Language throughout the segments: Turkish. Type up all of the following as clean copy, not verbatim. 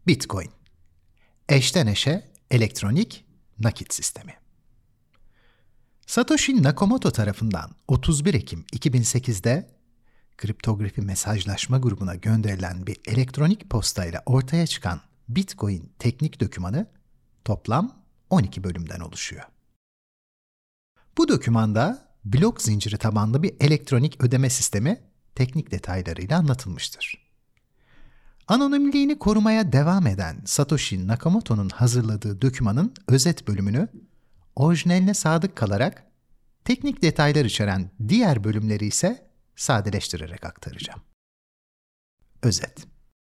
Bitcoin, eşten eşe elektronik nakit sistemi. Satoshi Nakamoto tarafından 31 Ekim 2008'de kriptografi mesajlaşma grubuna gönderilen bir elektronik postayla ortaya çıkan Bitcoin teknik dokümanı toplam 12 bölümden oluşuyor. Bu dokümanda blok zinciri tabanlı bir elektronik ödeme sistemi teknik detaylarıyla anlatılmıştır. Anonimliğini korumaya devam eden Satoshi Nakamoto'nun hazırladığı dokümanın özet bölümünü orijinaline sadık kalarak teknik detaylar içeren diğer bölümleri ise sadeleştirerek aktaracağım. Özet.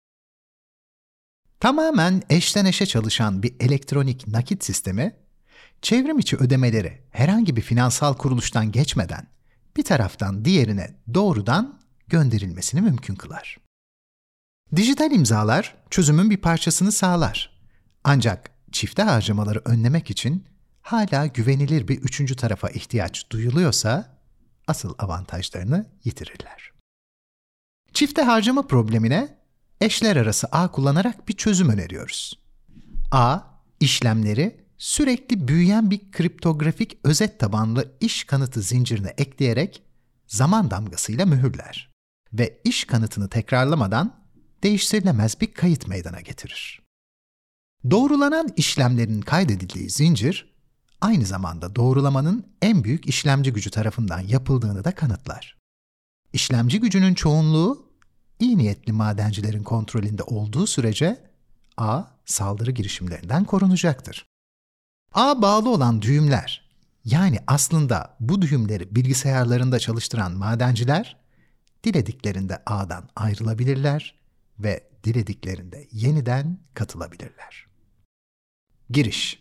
Tamamen eşten eşe çalışan bir elektronik nakit sistemi, çevrim içi ödemeleri herhangi bir finansal kuruluştan geçmeden bir taraftan diğerine doğrudan gönderilmesini mümkün kılar. Dijital imzalar çözümün bir parçasını sağlar. Ancak çifte harcamaları önlemek için hala güvenilir bir üçüncü tarafa ihtiyaç duyuluyorsa asıl avantajlarını yitirirler. Çifte harcama problemine eşler arası ağ kullanarak bir çözüm öneriyoruz. Ağ, işlemleri sürekli büyüyen bir kriptografik özet tabanlı iş kanıtı zincirine ekleyerek zaman damgasıyla mühürler ve iş kanıtını tekrarlamadan değiştirilemez bir kayıt meydana getirir. Doğrulanan işlemlerin kaydedildiği zincir, aynı zamanda doğrulamanın en büyük işlemci gücü tarafından yapıldığını da kanıtlar. İşlemci gücünün çoğunluğu, iyi niyetli madencilerin kontrolünde olduğu sürece ağ saldırı girişimlerinden korunacaktır. Ağa bağlı olan düğümler, yani aslında bu düğümleri bilgisayarlarında çalıştıran madenciler, dilediklerinde ağdan ayrılabilirler ve dilediklerinde yeniden katılabilirler. Giriş.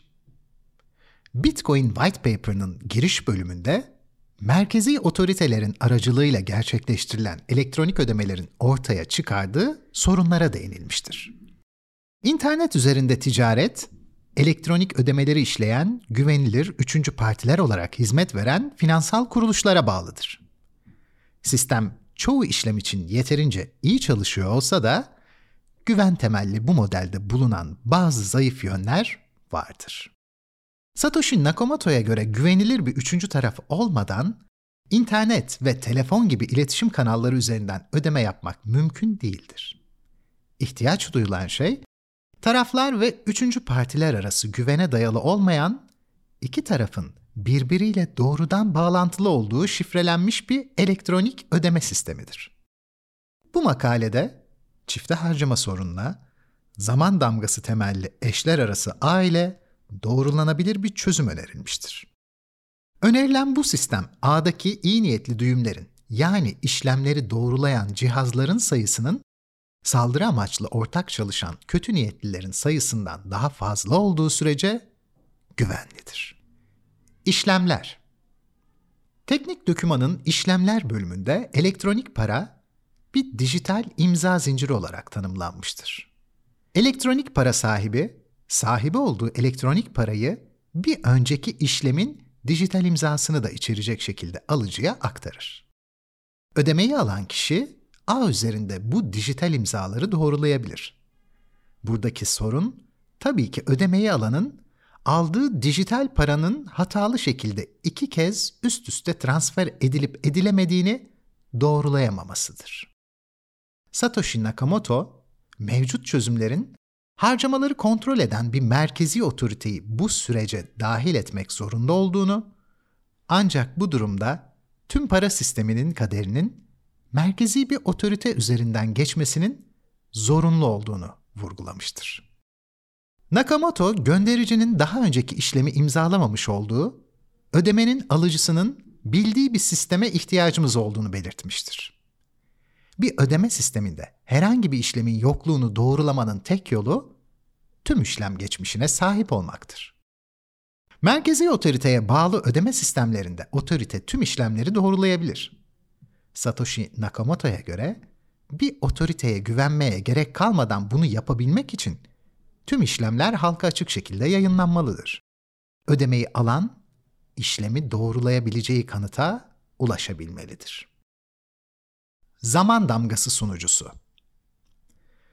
Bitcoin White Paper'ın giriş bölümünde, merkezi otoritelerin aracılığıyla gerçekleştirilen elektronik ödemelerin ortaya çıkardığı sorunlara değinilmiştir. İnternet üzerinde ticaret, elektronik ödemeleri işleyen güvenilir üçüncü partiler olarak hizmet veren finansal kuruluşlara bağlıdır. Sistem çoğu işlem için yeterince iyi çalışıyor olsa da güven temelli bu modelde bulunan bazı zayıf yönler vardır. Satoshi Nakamoto'ya göre güvenilir bir üçüncü taraf olmadan internet ve telefon gibi iletişim kanalları üzerinden ödeme yapmak mümkün değildir. İhtiyaç duyulan şey, taraflar ve üçüncü partiler arası güvene dayalı olmayan, iki tarafın birbiriyle doğrudan bağlantılı olduğu şifrelenmiş bir elektronik ödeme sistemidir. Bu makalede çifte harcama sorununa, zaman damgası temelli eşler arası ağ ile doğrulanabilir bir çözüm önerilmiştir. Önerilen bu sistem ağdaki iyi niyetli düğümlerin, yani işlemleri doğrulayan cihazların sayısının saldırı amaçlı ortak çalışan kötü niyetlilerin sayısından daha fazla olduğu sürece güvenlidir. İşlemler. Teknik dokümanın işlemler bölümünde elektronik para bir dijital imza zinciri olarak tanımlanmıştır. Elektronik para sahibi olduğu elektronik parayı bir önceki işlemin dijital imzasını da içerecek şekilde alıcıya aktarır. Ödemeyi alan kişi ağ üzerinde bu dijital imzaları doğrulayabilir. Buradaki sorun tabii ki ödemeyi alanın aldığı dijital paranın hatalı şekilde iki kez üst üste transfer edilip edilemediğini doğrulayamamasıdır. Satoshi Nakamoto, mevcut çözümlerin harcamaları kontrol eden bir merkezi otoriteyi bu sürece dahil etmek zorunda olduğunu, ancak bu durumda tüm para sisteminin kaderinin merkezi bir otorite üzerinden geçmesinin zorunlu olduğunu vurgulamıştır. Nakamoto, göndericinin daha önceki işlemi imzalamamış olduğu, ödemenin alıcısının bildiği bir sisteme ihtiyacımız olduğunu belirtmiştir. Bir ödeme sisteminde herhangi bir işlemin yokluğunu doğrulamanın tek yolu, tüm işlem geçmişine sahip olmaktır. Merkezi otoriteye bağlı ödeme sistemlerinde otorite tüm işlemleri doğrulayabilir. Satoshi Nakamoto'ya göre, bir otoriteye güvenmeye gerek kalmadan bunu yapabilmek için tüm işlemler halka açık şekilde yayınlanmalıdır. Ödemeyi alan, işlemi doğrulayabileceği kanıta ulaşabilmelidir. Zaman damgası sunucusu.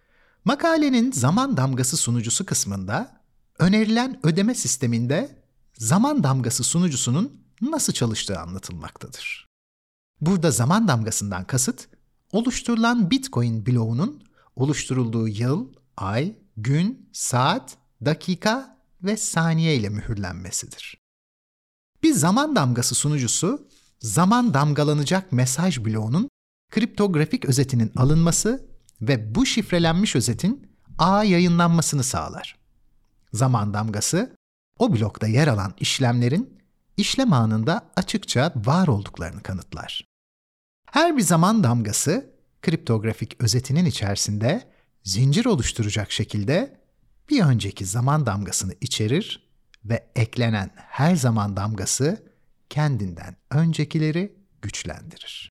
Makalenin zaman damgası sunucusu kısmında önerilen ödeme sisteminde zaman damgası sunucusunun nasıl çalıştığı anlatılmaktadır. Burada zaman damgasından kasıt, oluşturulan Bitcoin bloğunun oluşturulduğu yıl, ay, gün, saat, dakika ve saniye ile mühürlenmesidir. Bir zaman damgası sunucusu, zaman damgalanacak mesaj bloğunun kriptografik özetinin alınması ve bu şifrelenmiş özetin ağa yayınlanmasını sağlar. Zaman damgası, o blokta yer alan işlemlerin işlem anında açıkça var olduklarını kanıtlar. Her bir zaman damgası, kriptografik özetinin içerisinde zincir oluşturacak şekilde bir önceki zaman damgasını içerir ve eklenen her zaman damgası kendinden öncekileri güçlendirir.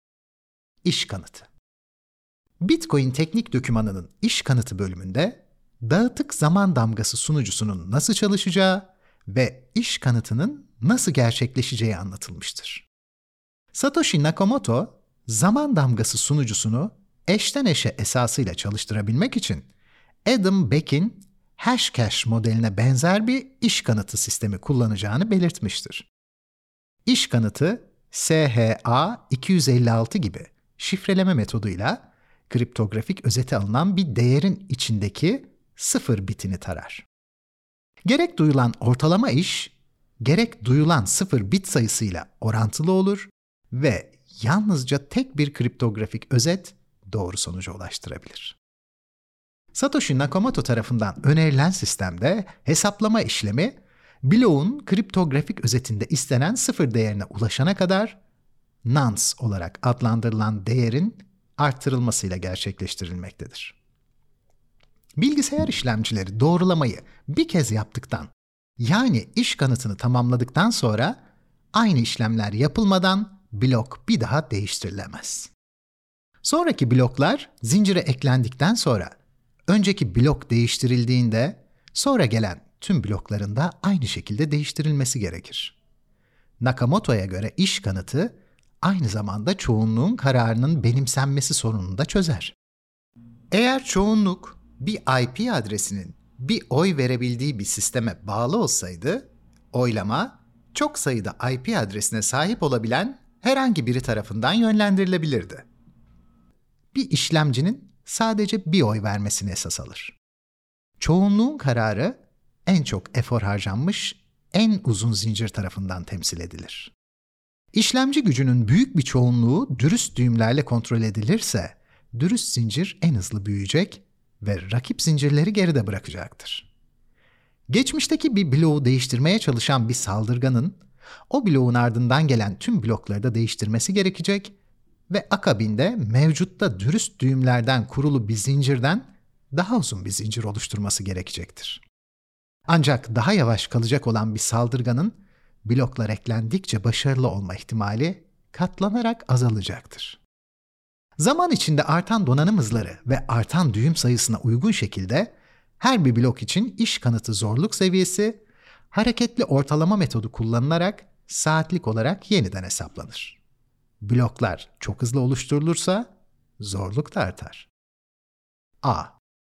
İş kanıtı. Bitcoin teknik dokümanının iş kanıtı bölümünde dağıtık zaman damgası sunucusunun nasıl çalışacağı ve iş kanıtının nasıl gerçekleşeceği anlatılmıştır. Satoshi Nakamoto, zaman damgası sunucusunu eşten eşe esasıyla çalıştırabilmek için Adam Back'in Hashcash modeline benzer bir iş kanıtı sistemi kullanacağını belirtmiştir. İş kanıtı SHA-256 gibi şifreleme metoduyla kriptografik özeti alınan bir değerin içindeki 0 bitini tarar. Gerek duyulan ortalama iş, gerek duyulan 0 bit sayısıyla orantılı olur ve yalnızca tek bir kriptografik özet doğru sonuca ulaştırabilir. Satoshi Nakamoto tarafından önerilen sistemde hesaplama işlemi, bloğun kriptografik özetinde istenen 0 değerine ulaşana kadar nonce olarak adlandırılan değerin artırılmasıyla gerçekleştirilmektedir. Bilgisayar işlemcileri doğrulamayı bir kez yaptıktan, yani iş kanıtını tamamladıktan sonra aynı işlemler yapılmadan blok bir daha değiştirilemez. Sonraki bloklar zincire eklendikten sonra önceki blok değiştirildiğinde sonra gelen tüm blokların da aynı şekilde değiştirilmesi gerekir. Nakamoto'ya göre iş kanıtı aynı zamanda çoğunluğun kararının benimsenmesi sorununu da çözer. Eğer çoğunluk bir IP adresinin bir oy verebildiği bir sisteme bağlı olsaydı, oylama çok sayıda IP adresine sahip olabilen herhangi biri tarafından yönlendirilebilirdi. Bir işlemcinin sadece bir oy vermesini esas alır. Çoğunluğun kararı en çok efor harcanmış, en uzun zincir tarafından temsil edilir. İşlemci gücünün büyük bir çoğunluğu dürüst düğümlerle kontrol edilirse, dürüst zincir en hızlı büyüyecek ve rakip zincirleri geride bırakacaktır. Geçmişteki bir bloğu değiştirmeye çalışan bir saldırganın, o bloğun ardından gelen tüm blokları da değiştirmesi gerekecek ve akabinde mevcutta dürüst düğümlerden kurulu bir zincirden daha uzun bir zincir oluşturması gerekecektir. Ancak daha yavaş kalacak olan bir saldırganın bloklar eklendikçe başarılı olma ihtimali katlanarak azalacaktır. Zaman içinde artan donanım hızları ve artan düğüm sayısına uygun şekilde her bir blok için iş kanıtı zorluk seviyesi hareketli ortalama metodu kullanılarak saatlik olarak yeniden hesaplanır. Bloklar çok hızlı oluşturulursa zorluk da artar. A.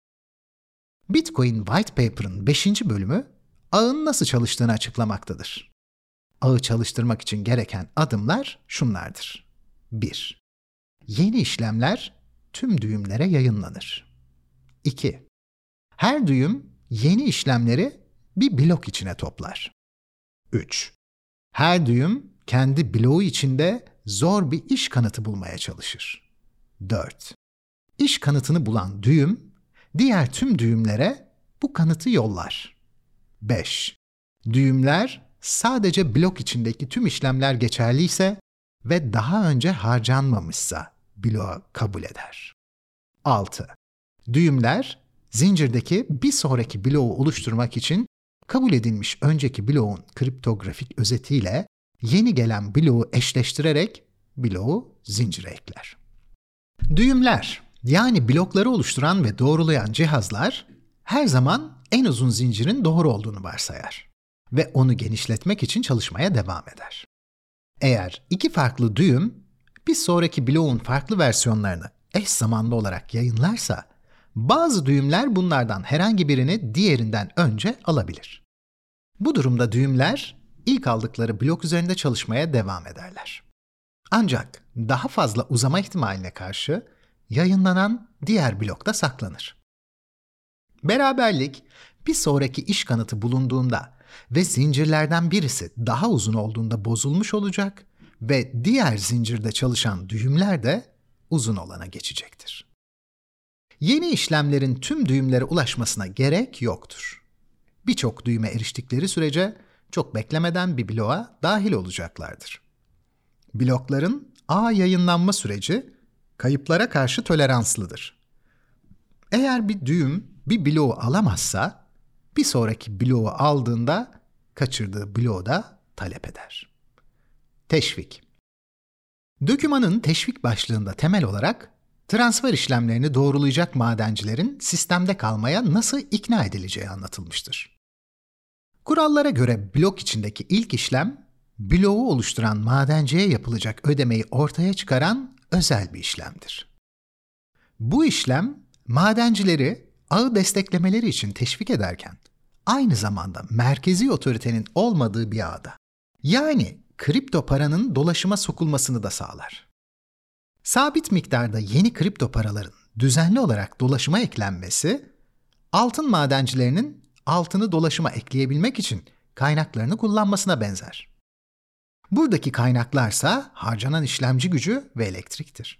Bitcoin White Paper'ın 5. bölümü ağın nasıl çalıştığını açıklamaktadır. Ağı çalıştırmak için gereken adımlar şunlardır. 1. Yeni işlemler tüm düğümlere yayınlanır. 2. Her düğüm yeni işlemleri bir blok içine toplar. 3. Her düğüm kendi bloğu içinde zor bir iş kanıtı bulmaya çalışır. 4. İş kanıtını bulan düğüm, diğer tüm düğümlere bu kanıtı yollar. 5. Düğümler sadece blok içindeki tüm işlemler geçerliyse ve daha önce harcanmamışsa bloğu kabul eder. 6. Düğümler zincirdeki bir sonraki bloğu oluşturmak için kabul edilmiş önceki bloğun kriptografik özetiyle yeni gelen bloğu eşleştirerek bloğu zincire ekler. Düğümler, yani blokları oluşturan ve doğrulayan cihazlar her zaman en uzun zincirin doğru olduğunu varsayar ve onu genişletmek için çalışmaya devam eder. Eğer iki farklı düğüm bir sonraki bloğun farklı versiyonlarını eş zamanlı olarak yayınlarsa, Bazı düğümler bunlardan herhangi birini diğerinden önce alabilir. Bu durumda düğümler ilk aldıkları blok üzerinde çalışmaya devam ederler. Ancak daha fazla uzama ihtimaline karşı yayınlanan diğer blokta saklanır. Beraberlik bir sonraki iş kanıtı bulunduğunda ve zincirlerden birisi daha uzun olduğunda bozulmuş olacak ve diğer zincirde çalışan düğümler de uzun olana geçecektir. Yeni işlemlerin tüm düğümlere ulaşmasına gerek yoktur. Birçok düğüme eriştikleri sürece çok beklemeden bir bloğa dahil olacaklardır. Blokların ağ yayınlanma süreci kayıplara karşı toleranslıdır. Eğer bir düğüm bir bloğu alamazsa, bir sonraki bloğu aldığında kaçırdığı bloğu da talep eder. Teşvik. Dokümanın teşvik başlığında temel olarak transfer işlemlerini doğrulayacak madencilerin sistemde kalmaya nasıl ikna edileceği anlatılmıştır. Kurallara göre blok içindeki ilk işlem, bloğu oluşturan madenciye yapılacak ödemeyi ortaya çıkaran özel bir işlemdir. Bu işlem, madencileri ağı desteklemeleri için teşvik ederken, aynı zamanda merkezi otoritenin olmadığı bir ağda, yani kripto paranın dolaşıma sokulmasını da sağlar. Sabit miktarda yeni kripto paraların düzenli olarak dolaşıma eklenmesi, altın madencilerinin altını dolaşıma ekleyebilmek için kaynaklarını kullanmasına benzer. Buradaki kaynaklarsa harcanan işlemci gücü ve elektriktir.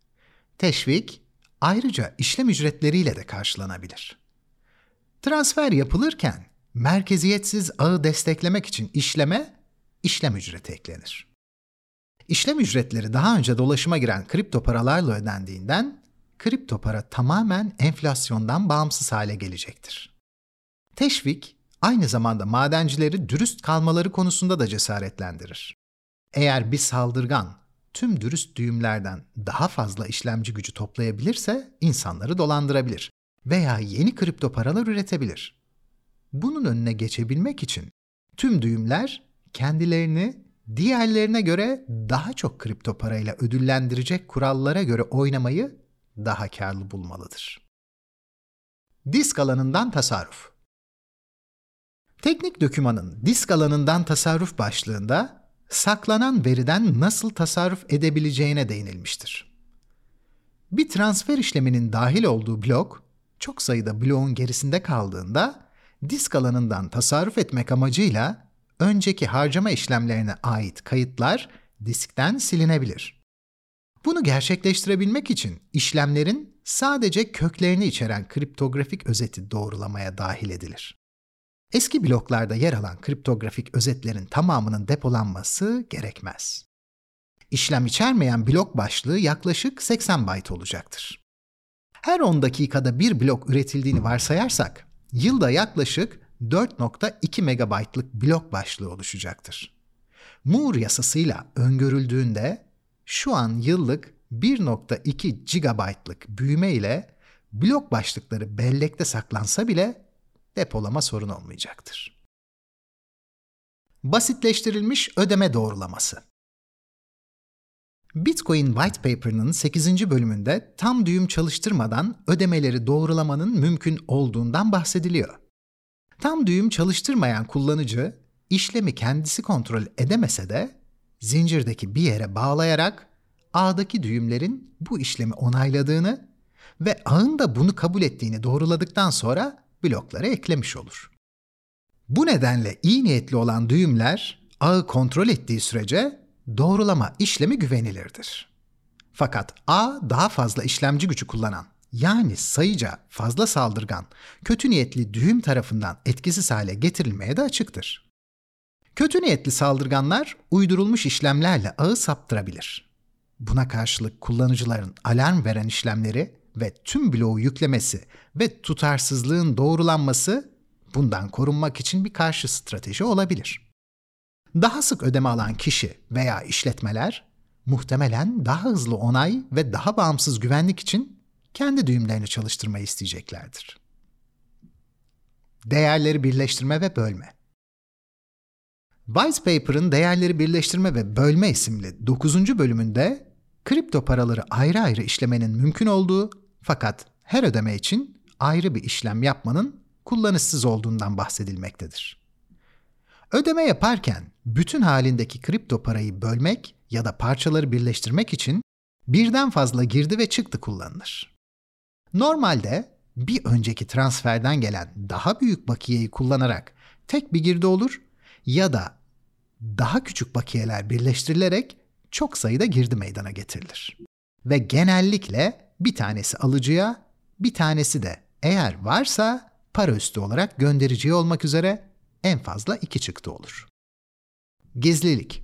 Teşvik, ayrıca işlem ücretleriyle de karşılanabilir. Transfer yapılırken merkeziyetsiz ağı desteklemek için işlem ücreti eklenir. İşlem ücretleri daha önce dolaşıma giren kripto paralarla ödendiğinden kripto para tamamen enflasyondan bağımsız hale gelecektir. Teşvik, aynı zamanda madencileri dürüst kalmaları konusunda da cesaretlendirir. Eğer bir saldırgan tüm dürüst düğümlerden daha fazla işlemci gücü toplayabilirse insanları dolandırabilir veya yeni kripto paralar üretebilir. Bunun önüne geçebilmek için tüm düğümler kendilerini diğerlerine göre daha çok kripto parayla ödüllendirecek kurallara göre oynamayı daha karlı bulmalıdır. Disk alanından tasarruf. Teknik dokümanın disk alanından tasarruf başlığında saklanan veriden nasıl tasarruf edebileceğine değinilmiştir. Bir transfer işleminin dahil olduğu blok, çok sayıda bloğun gerisinde kaldığında disk alanından tasarruf etmek amacıyla önceki harcama işlemlerine ait kayıtlar diskten silinebilir. Bunu gerçekleştirebilmek için işlemlerin sadece köklerini içeren kriptografik özeti doğrulamaya dahil edilir. Eski bloklarda yer alan kriptografik özetlerin tamamının depolanması gerekmez. İşlem içermeyen blok başlığı yaklaşık 80 byte olacaktır. Her 10 dakikada bir blok üretildiğini varsayarsak, yılda yaklaşık 4.2 megabaytlık blok başlığı oluşacaktır. Moore yasasıyla öngörüldüğünde şu an yıllık 1.2 gigabaytlık büyüme ile blok başlıkları bellekte saklansa bile depolama sorun olmayacaktır. Basitleştirilmiş ödeme doğrulaması. Bitcoin White Paper'ının 8. bölümünde tam düğüm çalıştırmadan ödemeleri doğrulamanın mümkün olduğundan bahsediliyor. Tam düğüm çalıştırmayan kullanıcı işlemi kendisi kontrol edemese de zincirdeki bir yere bağlayarak ağdaki düğümlerin bu işlemi onayladığını ve ağın da bunu kabul ettiğini doğruladıktan sonra bloklara eklemiş olur. Bu nedenle iyi niyetli olan düğümler ağı kontrol ettiği sürece doğrulama işlemi güvenilirdir. Fakat ağ daha fazla işlemci gücü kullanan, yani sayıca fazla saldırgan, kötü niyetli düğüm tarafından etkisiz hale getirilmeye de açıktır. Kötü niyetli saldırganlar uydurulmuş işlemlerle ağı saptırabilir. Buna karşılık kullanıcıların alarm veren işlemleri ve tüm bloğu yüklemesi ve tutarsızlığın doğrulanması bundan korunmak için bir karşı strateji olabilir. Daha sık ödeme alan kişi veya işletmeler muhtemelen daha hızlı onay ve daha bağımsız güvenlik için kendi düğümlerini çalıştırmayı isteyeceklerdir. Değerleri birleştirme ve bölme. White Paper'ın Değerleri Birleştirme ve Bölme isimli 9. bölümünde kripto paraları ayrı ayrı işlemenin mümkün olduğu fakat her ödeme için ayrı bir işlem yapmanın kullanışsız olduğundan bahsedilmektedir. Ödeme yaparken bütün halindeki kripto parayı bölmek ya da parçaları birleştirmek için birden fazla girdi ve çıktı kullanılır. Normalde bir önceki transferden gelen daha büyük bakiyeyi kullanarak tek bir girdi olur ya da daha küçük bakiyeler birleştirilerek çok sayıda girdi meydana getirilir. Ve genellikle bir tanesi alıcıya, bir tanesi de eğer varsa para üstü olarak göndericiye olmak üzere en fazla 2 çıktı olur. Gizlilik.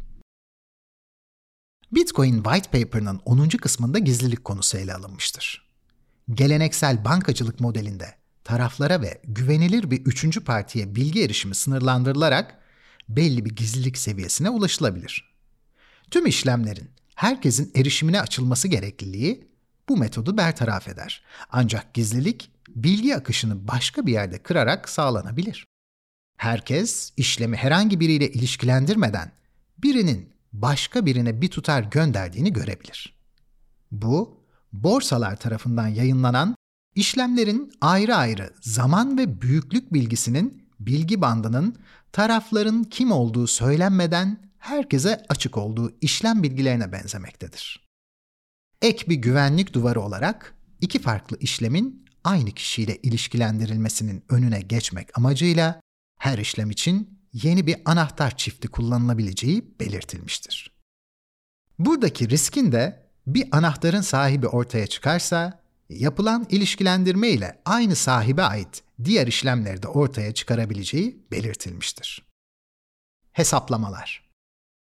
Bitcoin White Paper'ın 10. kısmında gizlilik konusu ele alınmıştır. Geleneksel bankacılık modelinde taraflara ve güvenilir bir üçüncü partiye bilgi erişimi sınırlandırılarak belli bir gizlilik seviyesine ulaşılabilir. Tüm işlemlerin herkesin erişimine açılması gerekliliği bu metodu bertaraf eder. Ancak gizlilik bilgi akışını başka bir yerde kırarak sağlanabilir. Herkes işlemi herhangi biriyle ilişkilendirmeden birinin başka birine bir tutar gönderdiğini görebilir. Bu, borsalar tarafından yayınlanan işlemlerin ayrı ayrı zaman ve büyüklük bilgisinin bilgi bandının tarafların kim olduğu söylenmeden herkese açık olduğu işlem bilgilerine benzemektedir. Ek bir güvenlik duvarı olarak iki farklı işlemin aynı kişiyle ilişkilendirilmesinin önüne geçmek amacıyla her işlem için yeni bir anahtar çifti kullanılabileceği belirtilmiştir. Buradaki riskin de bir anahtarın sahibi ortaya çıkarsa, yapılan ilişkilendirme ile aynı sahibe ait diğer işlemleri de ortaya çıkarabileceği belirtilmiştir. Hesaplamalar.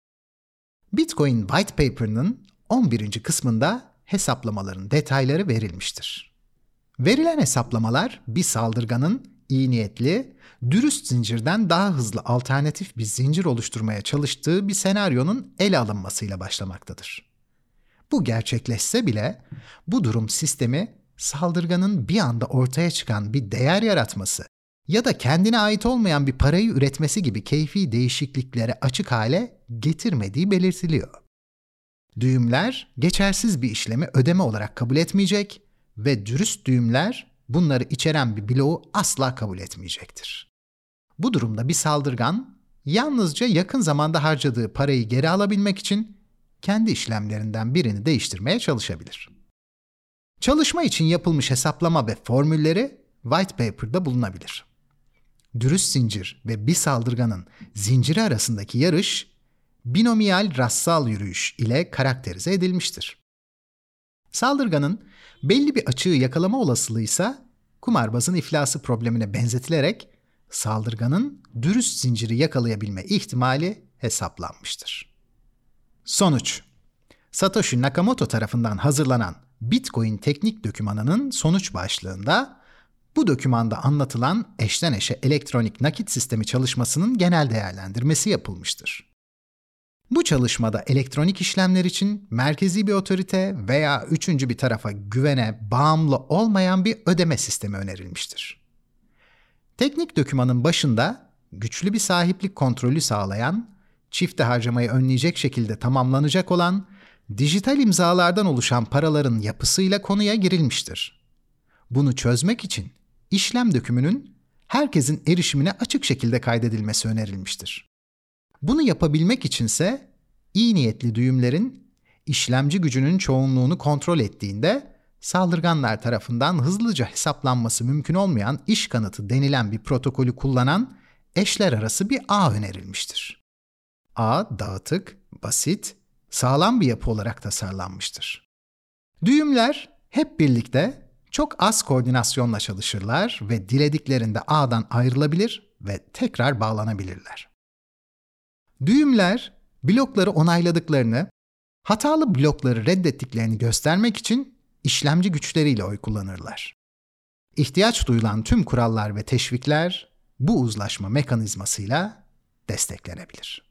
Bitcoin White Paper'ın 11. kısmında hesaplamaların detayları verilmiştir. Verilen hesaplamalar bir saldırganın iyi niyetli, dürüst zincirden daha hızlı alternatif bir zincir oluşturmaya çalıştığı bir senaryonun ele alınmasıyla başlamaktadır. Bu gerçekleşse bile bu durum sistemi saldırganın bir anda ortaya çıkan bir değer yaratması ya da kendine ait olmayan bir parayı üretmesi gibi keyfi değişikliklere açık hale getirmediği belirtiliyor. Düğümler geçersiz bir işlemi ödeme olarak kabul etmeyecek ve dürüst düğümler bunları içeren bir bloğu asla kabul etmeyecektir. Bu durumda bir saldırgan yalnızca yakın zamanda harcadığı parayı geri alabilmek için kendi işlemlerinden birini değiştirmeye çalışabilir. Çalışma için yapılmış hesaplama ve formülleri White Paper'da bulunabilir. Dürüst zincir ve bir saldırganın zinciri arasındaki yarış, binomiyal rastsal yürüyüş ile karakterize edilmiştir. Saldırganın belli bir açığı yakalama olasılığı ise kumarbazın iflası problemine benzetilerek saldırganın dürüst zinciri yakalayabilme ihtimali hesaplanmıştır. Sonuç: Satoshi Nakamoto tarafından hazırlanan Bitcoin teknik dokümanının sonuç başlığında bu dokümanda anlatılan eşten eşe elektronik nakit sistemi çalışmasının genel değerlendirmesi yapılmıştır. Bu çalışmada elektronik işlemler için merkezi bir otorite veya üçüncü bir tarafa güvene bağımlı olmayan bir ödeme sistemi önerilmiştir. Teknik dokümanın başında güçlü bir sahiplik kontrolü sağlayan, çifte harcamayı önleyecek şekilde tamamlanacak olan dijital imzalardan oluşan paraların yapısıyla konuya girilmiştir. Bunu çözmek için işlem dökümünün herkesin erişimine açık şekilde kaydedilmesi önerilmiştir. Bunu yapabilmek içinse iyi niyetli düğümlerin işlemci gücünün çoğunluğunu kontrol ettiğinde saldırganlar tarafından hızlıca hesaplanması mümkün olmayan iş kanıtı denilen bir protokolü kullanan eşler arası bir ağ önerilmiştir. Ağ dağıtık, basit, sağlam bir yapı olarak tasarlanmıştır. Düğümler hep birlikte çok az koordinasyonla çalışırlar ve dilediklerinde ağdan ayrılabilir ve tekrar bağlanabilirler. Düğümler blokları onayladıklarını, hatalı blokları reddettiklerini göstermek için işlemci güçleriyle oy kullanırlar. İhtiyaç duyulan tüm kurallar ve teşvikler bu uzlaşma mekanizmasıyla desteklenebilir.